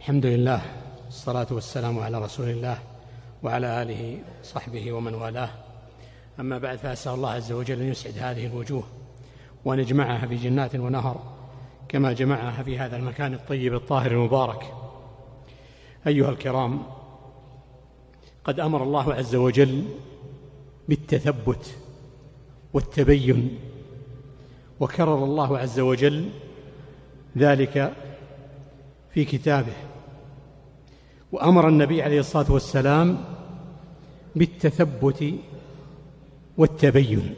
الحمد لله، الصلاة والسلام على رسول الله وعلى آله وصحبه ومن والاه. أما بعد، فأسأل الله عز وجل أن يسعد هذه الوجوه وأن يجمعها في جنات ونهر كما جمعها في هذا المكان الطيب الطاهر المبارك. أيها الكرام، قد أمر الله عز وجل بالتثبت والتبين، وكرر الله عز وجل ذلك في كتابه، وأمر النبي عليه الصلاة والسلام بالتثبت والتبين.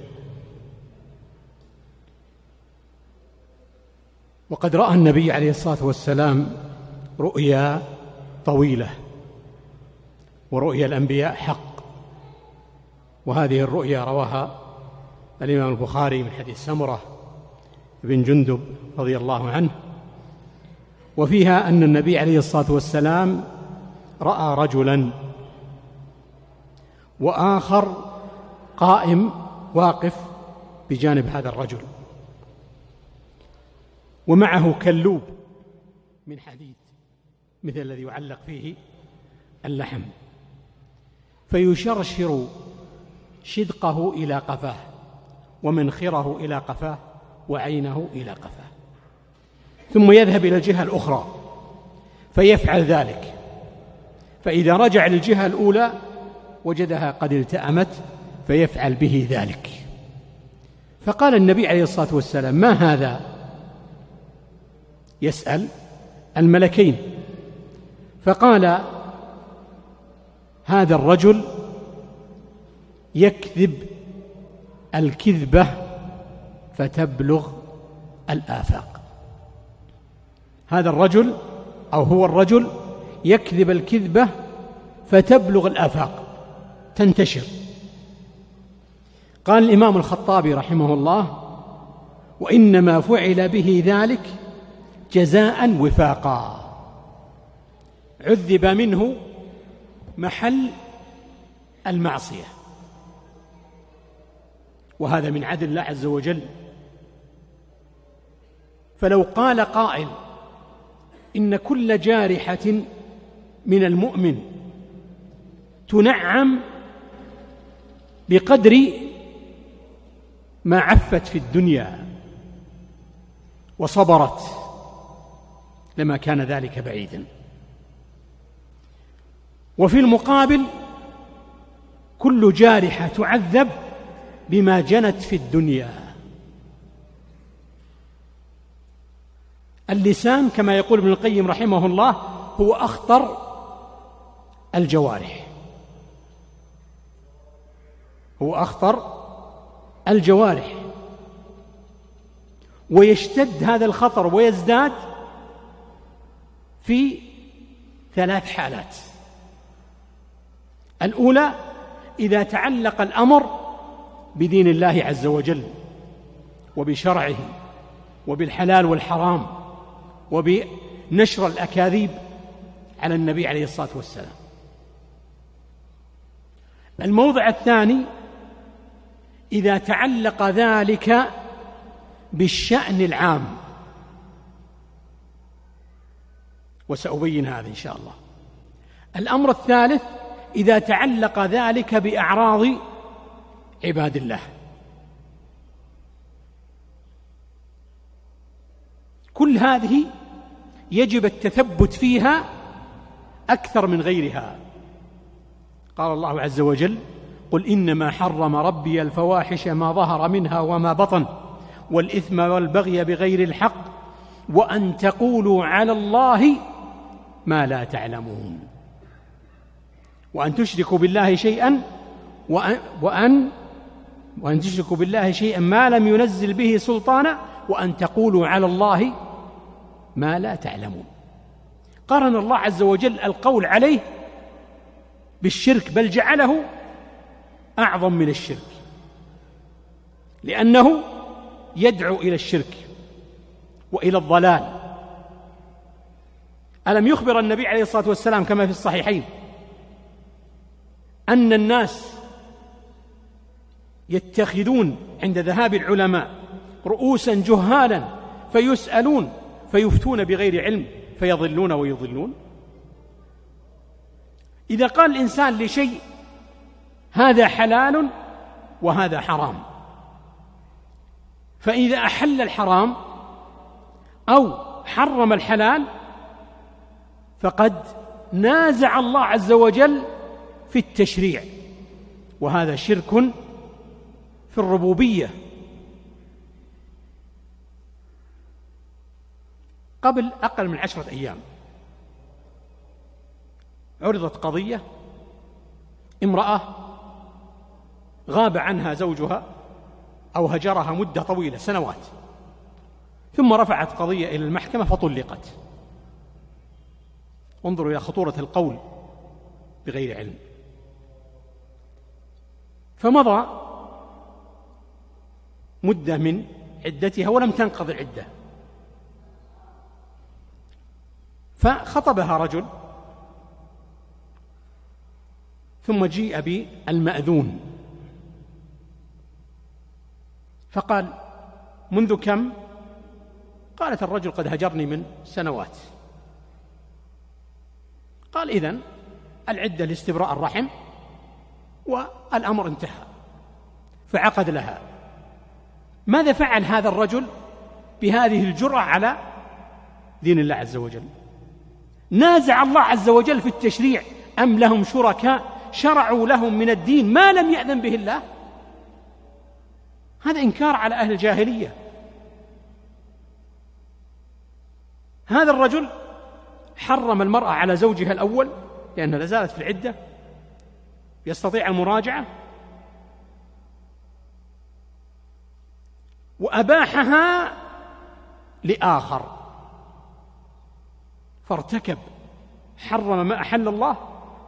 وقد رأى النبي عليه الصلاة والسلام رؤيا طويلة، ورؤيا الأنبياء حق، وهذه الرؤيا رواها الإمام البخاري من حديث سمرة بن جندب رضي الله عنه، وفيها أن النبي عليه الصلاة والسلام رأى رجلا وآخر قائم واقف بجانب هذا الرجل، ومعه كلوب من حديد مثل الذي يعلق فيه اللحم، فيشرشر شدقه إلى قفاه، ومنخره إلى قفاه، وعينه إلى قفاه، ثم يذهب إلى الجهة الأخرى فيفعل ذلك، فإذا رجع للجهة الأولى وجدها قد التأمت فيفعل به ذلك. فقال النبي عليه الصلاة والسلام: ما هذا؟ يسأل الملكين، فقال: هذا الرجل يكذب الكذبة فتبلغ الآفاق. هذا الرجل، أو هو الرجل، يكذب الكذبة فتبلغ الآفاق، تنتشر. قال الإمام الخطابي رحمه الله: وإنما فعل به ذلك جزاء وفاقا، عذب منه محل المعصية، وهذا من عدل الله عز وجل. فلو قال قائل إن كل جارحة من المؤمن تنعم بقدر ما عفت في الدنيا وصبرت، لما كان ذلك بعيدا. وفي المقابل كل جارحة تعذب بما جنت في الدنيا. اللسان كما يقول ابن القيم رحمه الله هو أخطر الجوارح، هو أخطر الجوارح، ويشتد هذا الخطر ويزداد في 3 حالات. الأولى: إذا تعلق الأمر بدين الله عز وجل وبشرعه وبالحلال والحرام وبنشر الأكاذيب على النبي عليه الصلاة والسلام. الموضع الثاني: إذا تعلق ذلك بالشأن العام، وسأبين هذا إن شاء الله. الأمر الثالث: إذا تعلق ذلك بأعراض عباد الله. كل هذه يجب التثبت فيها أكثر من غيرها. قال الله عز وجل: قل إنما حرم ربي الفواحش ما ظهر منها وما بطن والإثم والبغي بغير الحق وأن تقولوا على الله ما لا تعلمون، وأن تشركوا بالله شيئا وأن تشركوا بالله شيئا ما لم ينزل به سلطانا وأن تقولوا على الله ما لا تعلمون. قارن الله عز وجل القول عليه بالشرك، بل جعله أعظم من الشرك، لأنه يدعو إلى الشرك وإلى الضلال. ألم يخبر النبي عليه الصلاة والسلام كما في الصحيحين أن الناس يتخذون عند ذهاب العلماء رؤوسا جهالا فيسألون فيفتون بغير علم فيضلون ويضلون؟ إذا قال الإنسان لشيء هذا حلال وهذا حرام، فإذا أحل الحرام أو حرم الحلال فقد نازع الله عز وجل في التشريع، وهذا شرك في الربوبية. قبل أقل من 10 أيام عرضت قضية امرأة غاب عنها زوجها أو هجرها مدة طويلة سنوات، ثم رفعت قضية إلى المحكمة فطلقت. انظروا إلى خطورة القول بغير علم. فمضى مدة من عدتها ولم تنقضي العدة، فخطبها رجل ثم جيء بالمأذون فقال: منذ كم؟ قالت: الرجل قد هجرني من سنوات. قال: إذن العدة لاستبراء الرحم والأمر انتهى، فعقد لها. ماذا فعل هذا الرجل بهذه الجرأة على دين الله عز وجل؟ نازع الله عز وجل في التشريع. أم لهم شركاء شرعوا لهم من الدين ما لم يأذن به الله؟ هذا إنكار على أهل الجاهلية. هذا الرجل حرم المرأة على زوجها الأول لأنها لازالت في العدة، يستطيع المراجعة، وأباحها لآخر، فارتكب حرم ما أحل الله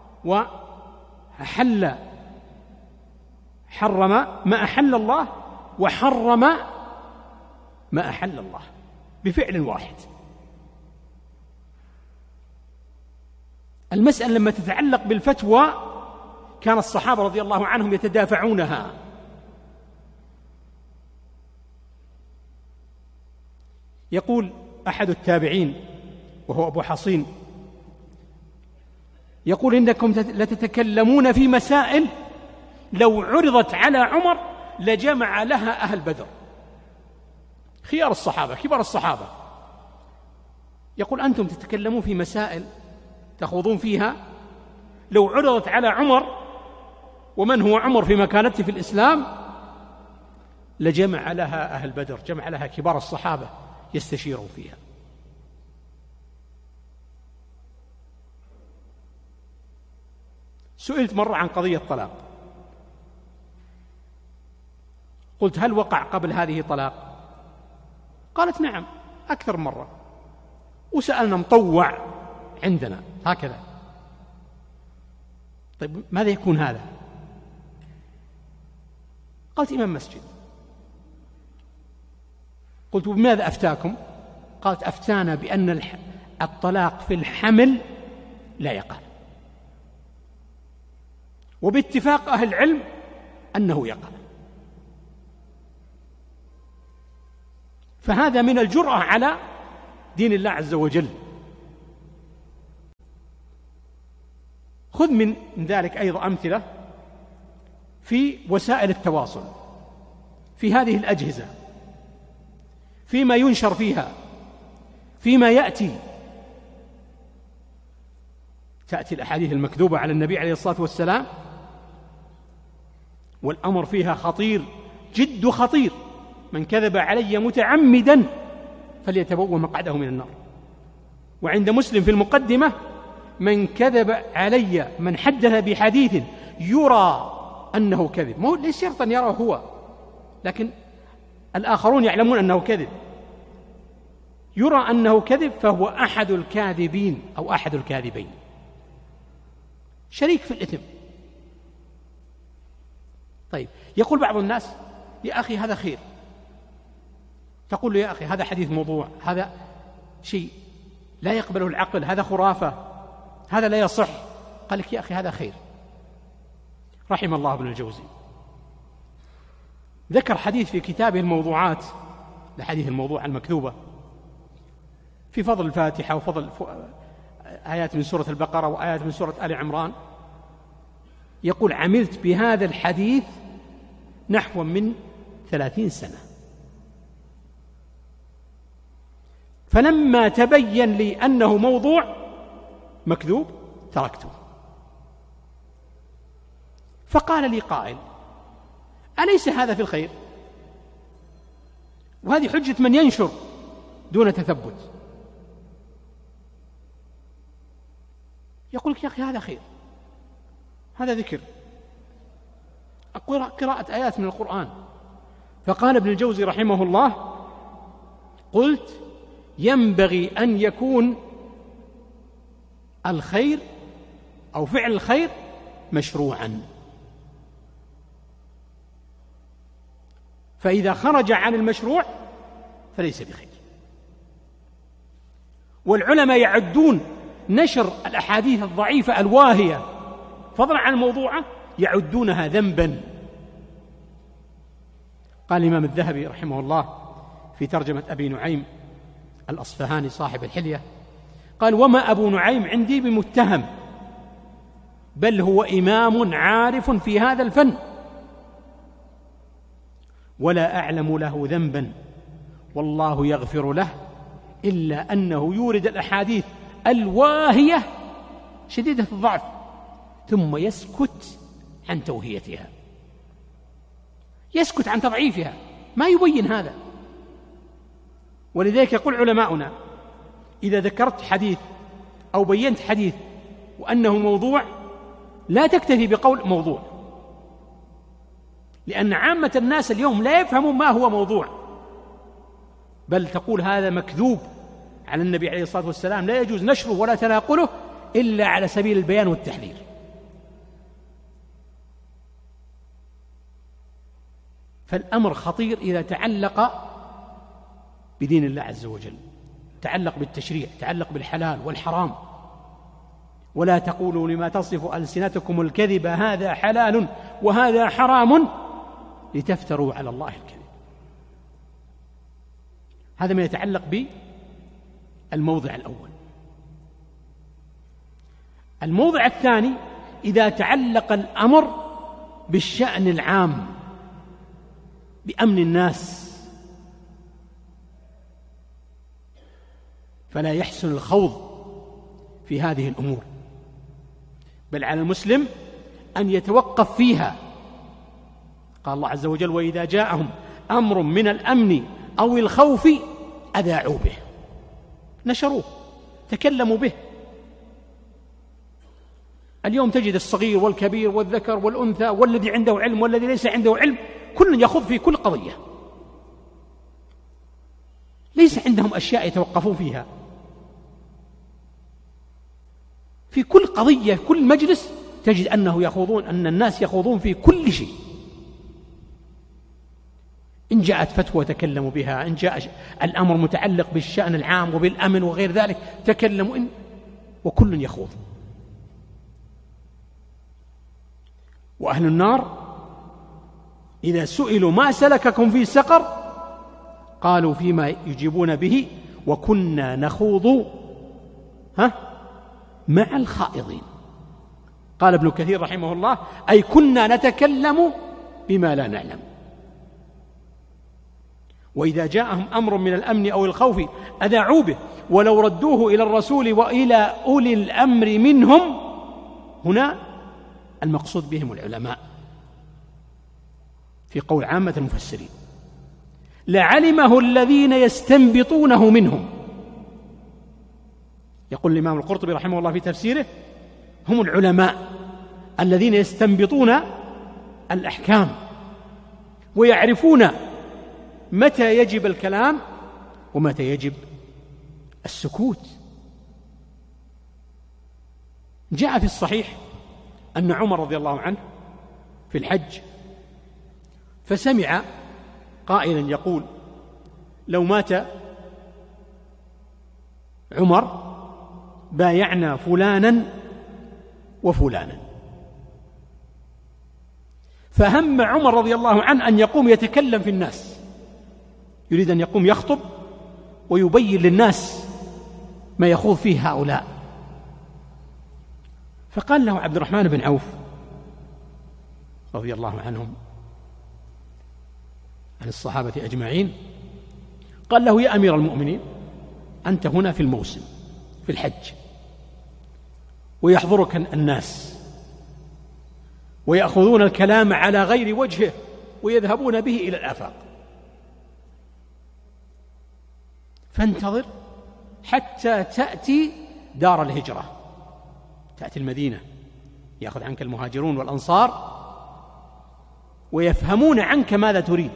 حرم ما أحل الله وحرم ما أحل الله بفعل واحد. المسألة لما تتعلق بالفتوى كان الصحابة رضي الله عنهم يتدافعونها. يقول أحد التابعين وهو أبو حصين، يقول: إنكم لتتكلمون في مسائل لو عرضت على عمر لجمع لها أهل بدر. خيار الصحابة، كبار الصحابة، يقول: أنتم تتكلمون في مسائل تخوضون فيها لو عرضت على عمر، ومن هو عمر في مكانته في الإسلام، لجمع لها أهل بدر، جمع لها كبار الصحابة يستشيرون فيها. سئلت مرة عن قضية طلاق، قلت: هل وقع قبل هذه طلاق؟ قالت: نعم، أكثر مرة، وسألنا مطوع عندنا هكذا. طيب ماذا يكون هذا؟ قالت: إمام مسجد. قلت: بماذا أفتاكم؟ قالت: أفتانا بأن الطلاق في الحمل لا يقع، وباتفاق أهل العلم أنه يقع. فهذا من الجرأة على دين الله عز وجل. خذ من ذلك أيضا أمثلة في وسائل التواصل، في هذه الأجهزة، فيما ينشر فيها، فيما يأتي. تأتي الأحاديث المكذوبة على النبي عليه الصلاة والسلام، والأمر فيها خطير، جد خطير. من كذب علي متعمدا فليتبوأ مقعده من النار. وعند مسلم في المقدمة: من كذب علي، من حدث بحديث يرى أنه كذب، ما هو ليس شرطا يرى هو، لكن الآخرون يعلمون أنه كذب، يرى أنه كذب، فهو أحد الكاذبين أو أحد الكاذبين، شريك في الإثم. طيب، يقول بعض الناس: يا أخي هذا خير. تقول له: يا أخي هذا حديث موضوع، هذا شيء لا يقبله العقل، هذا خرافة، هذا لا يصح. قال لك: يا أخي هذا خير. رحم الله ابن الجوزي، ذكر حديث في كتابه الموضوعات، الحديث الموضوع المكذوبة، في فضل الفاتحة وفضل آيات من سورة البقرة وآيات من سورة آل عمران. يقول عملت بهذا الحديث نحو من 30 سنة، فلما تبين لي أنه موضوع مكذوب تركته. فقال لي قائل: أليس هذا في الخير؟ وهذه حجة من ينشر دون تثبت. يقول لك: يا أخي هذا خير، هذا ذكر، قراءة آيات من القرآن. فقال ابن الجوزي رحمه الله: قلت: ينبغي أن يكون الخير أو فعل الخير مشروعا، فإذا خرج عن المشروع فليس بخير. والعلماء يعدون نشر الأحاديث الضعيفة الواهية فضلا عن الموضوعة يعدونها ذنبا. قال الإمام الذهبي رحمه الله في ترجمة أبي نعيم الأصفهاني صاحب الحلية، قال: وما أبو نعيم عندي بمتهم، بل هو إمام عارف في هذا الفن، ولا أعلم له ذنبا والله يغفر له، إلا أنه يورد الأحاديث الواهية شديدة الضعف ثم يسكت عن توهيتها، يسكت عن تضعيفها، ما يبين هذا. ولذلك يقول علماؤنا: إذا ذكرت حديث أو بينت حديث وأنه موضوع لا تكتفي بقول موضوع، لأن عامة الناس اليوم لا يفهمون ما هو موضوع، بل تقول هذا مكذوب على النبي عليه الصلاة والسلام، لا يجوز نشره ولا تناقله إلا على سبيل البيان والتحذير. فالأمر خطير إذا تعلق بدين الله عز وجل، تعلق بالتشريع، تعلق بالحلال والحرام. ولا تقولوا لما تصف ألسنتكم الكذب هذا حلال وهذا حرام لتفتروا على الله الكذب. هذا ما يتعلق بالموضع الأول. الموضع الثاني: إذا تعلق الأمر بالشأن العام بأمن الناس، فلا يحسن الخوض في هذه الأمور، بل على المسلم أن يتوقف فيها. قال الله عز وجل: وإذا جاءهم أمر من الأمن أو الخوف أذاعوا به، نشروه، تكلموا به. اليوم تجد الصغير والكبير والذكر والأنثى والذي عنده علم والذي ليس عنده علم كل يخوض في كل قضية، ليس عندهم أشياء يتوقفون فيها. في كل قضية، كل مجلس تجد أن الناس يخوضون في كل شيء. إن جاءت فتوى تكلموا بها، إن جاء الأمر متعلق بالشأن العام وبالأمن وغير ذلك تكلموا، وكل يخوض. وأهل النار إذا سئلوا ما سلككم في سقر قالوا فيما يجيبون به: وكنا نخوض مع الخائضين. قال ابن كثير رحمه الله: أي كنا نتكلم بما لا نعلم. وإذا جاءهم أمر من الأمن أو الخوف أذاعوا به ولو ردوه إلى الرسول وإلى أولي الأمر منهم. هنا المقصود بهم العلماء في قول عامة المفسرين: لعلمه الذين يستنبطونه منهم. يقول الإمام القرطبي رحمه الله في تفسيره: هم العلماء الذين يستنبطون الأحكام ويعرفون متى يجب الكلام ومتى يجب السكوت. جاء في الصحيح أن عمر رضي الله عنه في الحج فسمع قائلا يقول: لو مات عمر بايعنا فلانا وفلانا. فهم عمر رضي الله عنه أن يقوم يتكلم في الناس، يريد أن يقوم يخطب ويبين للناس ما يخوض فيه هؤلاء. فقال له عبد الرحمن بن عوف: رضي الله عنهم عن الصحابة أجمعين، قال له: يا أمير المؤمنين، أنت هنا في الموسم، في الحج، ويحضرك الناس ويأخذون الكلام على غير وجهه ويذهبون به إلى الآفاق، فانتظر حتى تأتي دار الهجرة، تأتي المدينة، يأخذ عنك المهاجرون والأنصار ويفهمون عنك ماذا تريد.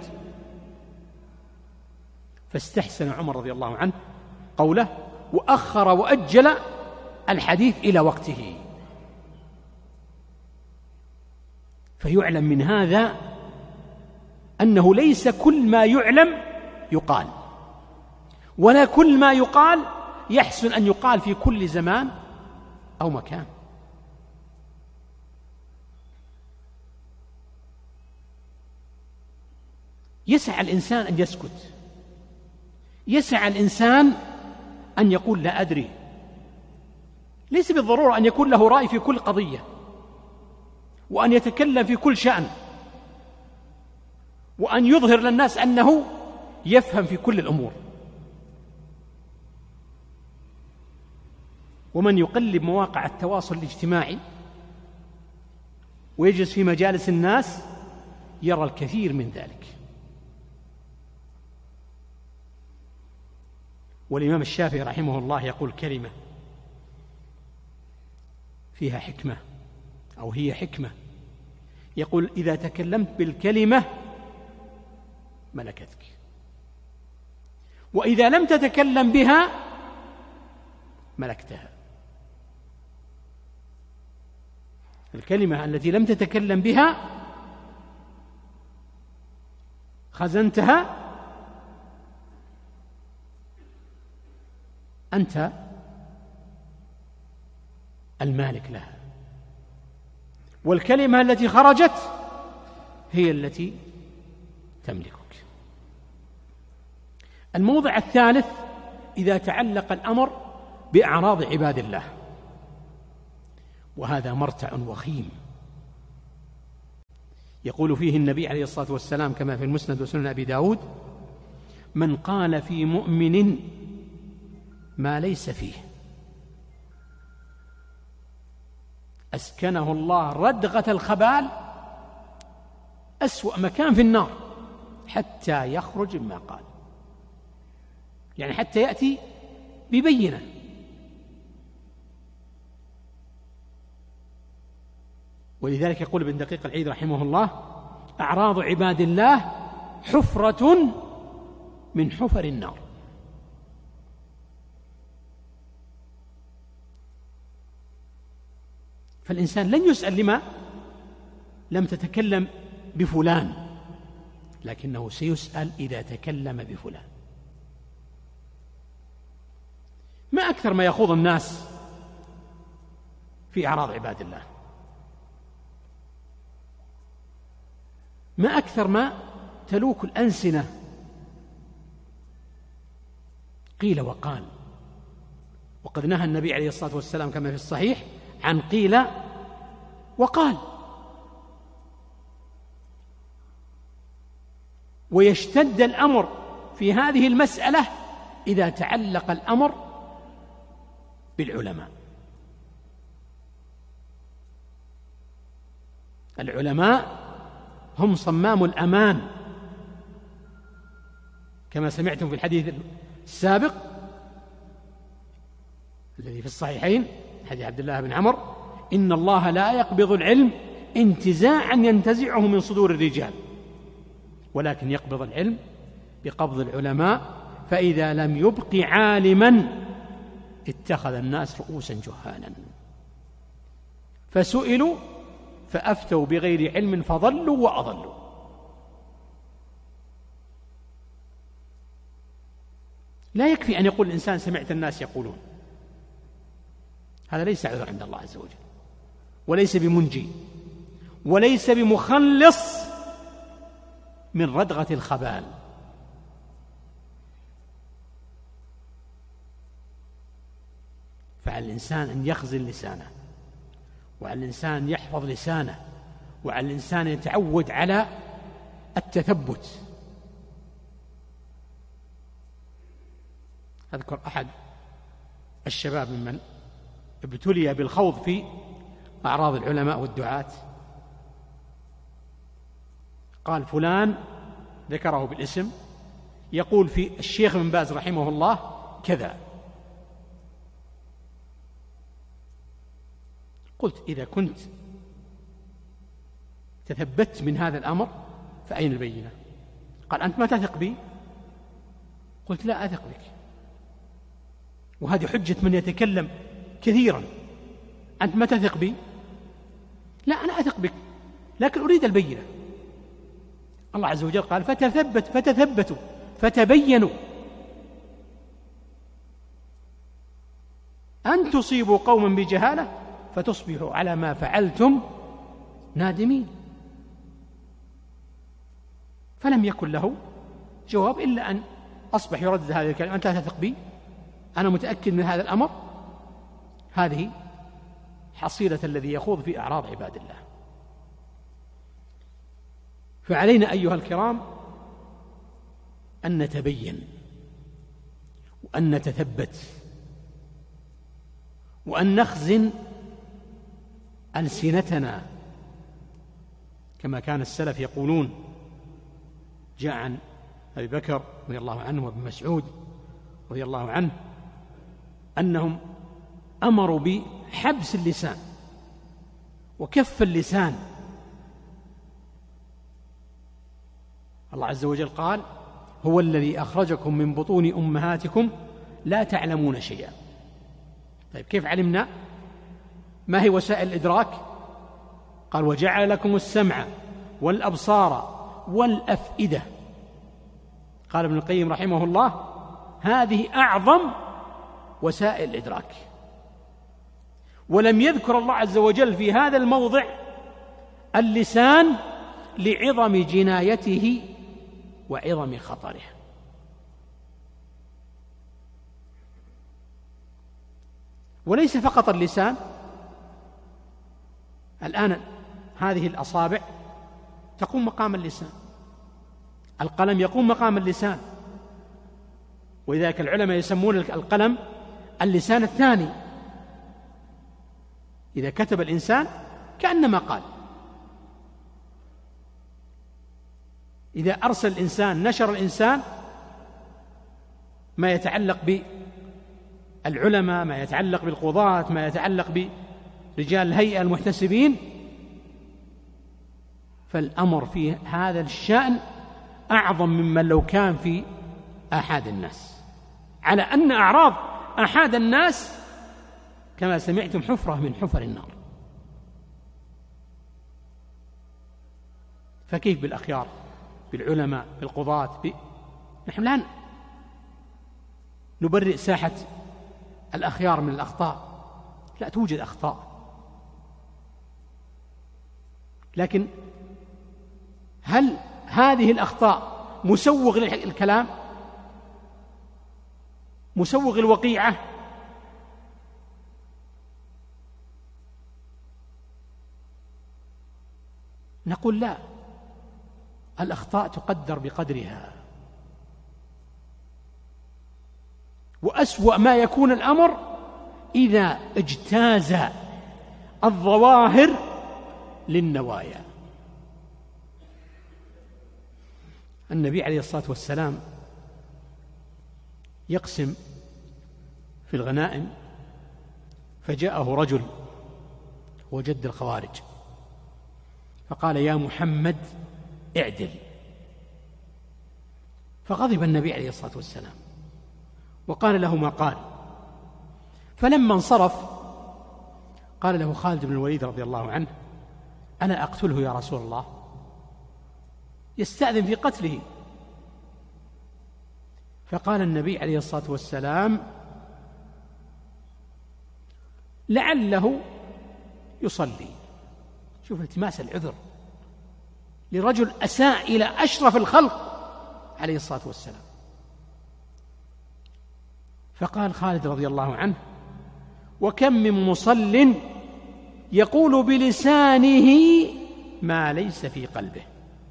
فاستحسن عمر رضي الله عنه قوله، وأخر وأجل الحديث إلى وقته. فيعلم من هذا أنه ليس كل ما يعلم يقال، ولا كل ما يقال يحسن أن يقال في كل زمان أو مكان. يسعى الإنسان أن يسكت، يسعى الإنسان أن يقول لا أدري، ليس بالضرورة أن يكون له رأي في كل قضية، وأن يتكلم في كل شأن، وأن يظهر للناس أنه يفهم في كل الأمور. ومن يقلب مواقع التواصل الاجتماعي ويجلس في مجالس الناس يرى الكثير من ذلك. والإمام الشافعي رحمه الله يقول كلمة فيها حكمة، أو هي حكمة، يقول: إذا تكلمت بالكلمة ملكتك، وإذا لم تتكلم بها ملكتها. الكلمة التي لم تتكلم بها خزنتها أنت المالك لها، والكلمة التي خرجت هي التي تملكك. الموضع الثالث: إذا تعلق الأمر بأعراض عباد الله، وهذا مرتع وخيم يقول فيه النبي عليه الصلاة والسلام كما في المسند وسنن أبي داود: من قال في مؤمن ما ليس فيه أسكنه الله ردغة الخبال، أسوأ مكان في النار، حتى يخرج مما قال، يعني حتى يأتي ببينة. ولذلك يقول ابن دقيق العيد رحمه الله: أعراض عباد الله حفرة من حفر النار. فالإنسان لن يسأل لما لم تتكلم بفلان، لكنه سيسأل إذا تكلم بفلان. ما أكثر ما يخوض الناس في أعراض عباد الله، ما أكثر ما تلوك الألسنة قيل وقال. وقد نهى النبي عليه الصلاة والسلام كما في الصحيح عن قيل وقال. ويشتد الأمر في هذه المسألة إذا تعلق الأمر بالعلماء. العلماء هم صمام الأمان، كما سمعتم في الحديث السابق الذي في الصحيحين حديث عبد الله بن عمرو: إن الله لا يقبض العلم انتزاعا ينتزعه من صدور الرجال، ولكن يقبض العلم بقبض العلماء، فإذا لم يبق عالما اتخذ الناس رؤوسا جهالا، فسئلوا فأفتوا بغير علم فضلوا وأضلوا. لا يكفي أن يقول الإنسان سمعت الناس يقولون، هذا ليس عذر عند الله عز وجل، وليس بمنجي، وليس بمخلص من ردغة الخبال. فعلى الإنسان أن يخزن لسانه، وعلى الإنسان يحفظ لسانه، وعلى الإنسان يتعود على التثبت. أذكر أحد الشباب ممن ابتلي بالخوض في أعراض العلماء والدعاة، قال فلان، ذكره بالاسم، يقول في الشيخ ابن باز رحمه الله كذا. قلت إذا كنت تثبت من هذا الأمر فأين البينة؟ قال أنت ما تثق بي؟ قلت لا أثق بك، وهذه حجة من يتكلم كثيرا. أنت ما تثق بي؟ لا أنا أثق بك، لكن أريد البينة. الله عز وجل قال فتثبتوا فتبينوا أن تصيبوا قوما بجهالة فتصبحوا على ما فعلتم نادمين. فلم يكن له جواب إلا أن أصبح يردد هذه الكلمة: أنت تثق بي؟ أنا متأكد من هذا الأمر. هذه حصيلة الذي يخوض في أعراض عباد الله. فعلينا أيها الكرام أن نتبين وأن نتثبت وأن نخزن ألسنتنا كما كان السلف يقولون. جاء عن أبي بكر رضي الله عنه وابن مسعود رضي الله عنه أنهم أمروا بحبس اللسان وكف اللسان. الله عز وجل قال: هو الذي أخرجكم من بطون أمهاتكم لا تعلمون شيئا. طيب كيف علمنا؟ ما هي وسائل الإدراك؟ قال: وجعل لكم السمع والأبصار والأفئدة. قال ابن القيم رحمه الله: هذه أعظم وسائل الإدراك. ولم يذكر الله عز وجل في هذا الموضع اللسان لعظم جنايته وعظم خطره. وليس فقط اللسان، الآن هذه الأصابع تقوم مقام اللسان، القلم يقوم مقام اللسان، ولذلك العلماء يسمون القلم اللسان الثاني. إذا كتب الإنسان كأنما قال، إذا أرسل الإنسان نشر الإنسان ما يتعلق بالعلماء، ما يتعلق بالقضاة، ما يتعلق برجال الهيئة المحتسبين، فالأمر في هذا الشأن أعظم ممن لو كان في آحاد الناس، على أن أعراض آحاد الناس كما سمعتم حفرة من حفر النار. فكيف بالأخيار، بالعلماء، بالقضاة؟ نحن لا نبرئ ساحة الأخيار من الأخطاء، لا توجد أخطاء، لكن هل هذه الأخطاء مسوغ للكلام، مسوغ الوقيعة؟ نقول لا، الأخطاء تقدر بقدرها. وأسوأ ما يكون الأمر إذا اجتاز الظواهر للنوايا. النبي عليه الصلاة والسلام يقسم في الغنائم، فجاءه رجل هو جد الخوارج فقال: يا محمد اعدل. فغضب النبي عليه الصلاة والسلام وقال له ما قال. فلما انصرف قال له خالد بن الوليد رضي الله عنه: أنا أقتله يا رسول الله؟ يستأذن في قتله. فقال النبي عليه الصلاة والسلام: لعله يصلي. شوف التماس العذر لرجل أساء إلى أشرف الخلق عليه الصلاة والسلام. فقال خالد رضي الله عنه: وكم من مصل يقول بلسانه ما ليس في قلبه.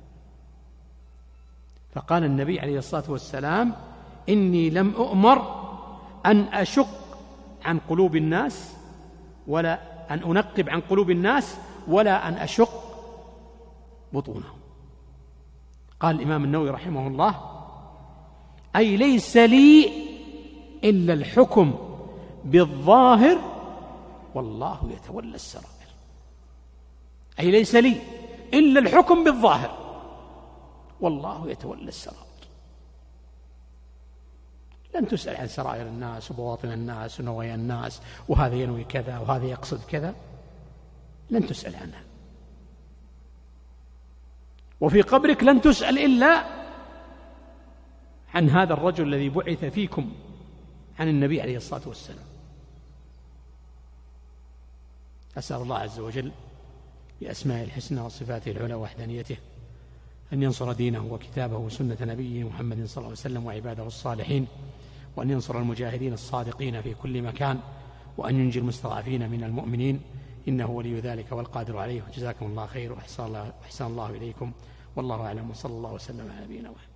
فقال النبي عليه الصلاة والسلام: إني لم أؤمر أن أشق عن قلوب الناس، ولا أن أنقب عن قلوب الناس، ولا أن أشق بطونهم. قال الإمام النووي رحمه الله: أي ليس لي إلا الحكم بالظاهر والله يتولى السرائر. أي ليس لي إلا الحكم بالظاهر والله يتولى السرائر. لن تسأل عن سرائر الناس وبواطن الناس ونوايا الناس، وهذا ينوي كذا وهذا يقصد كذا، لن تسأل عنها. وفي قبرك لن تسأل إلا عن هذا الرجل الذي بعث فيكم، عن النبي عليه الصلاة والسلام. أسأل الله عز وجل بأسمائه الحسنى وصفاته العلى ووحدانيته أن ينصر دينه وكتابه وسنة نبيه محمد صلى الله عليه وسلم وعباده الصالحين، وأن ينصر المجاهدين الصادقين في كل مكان، وأن ينجي المستضعفين من المؤمنين، إنه ولي ذلك والقادر عليه. وجزاكم الله خير وأحسن الله إليكم، والله أعلم، وصلى الله وسلم على نبينا محمد.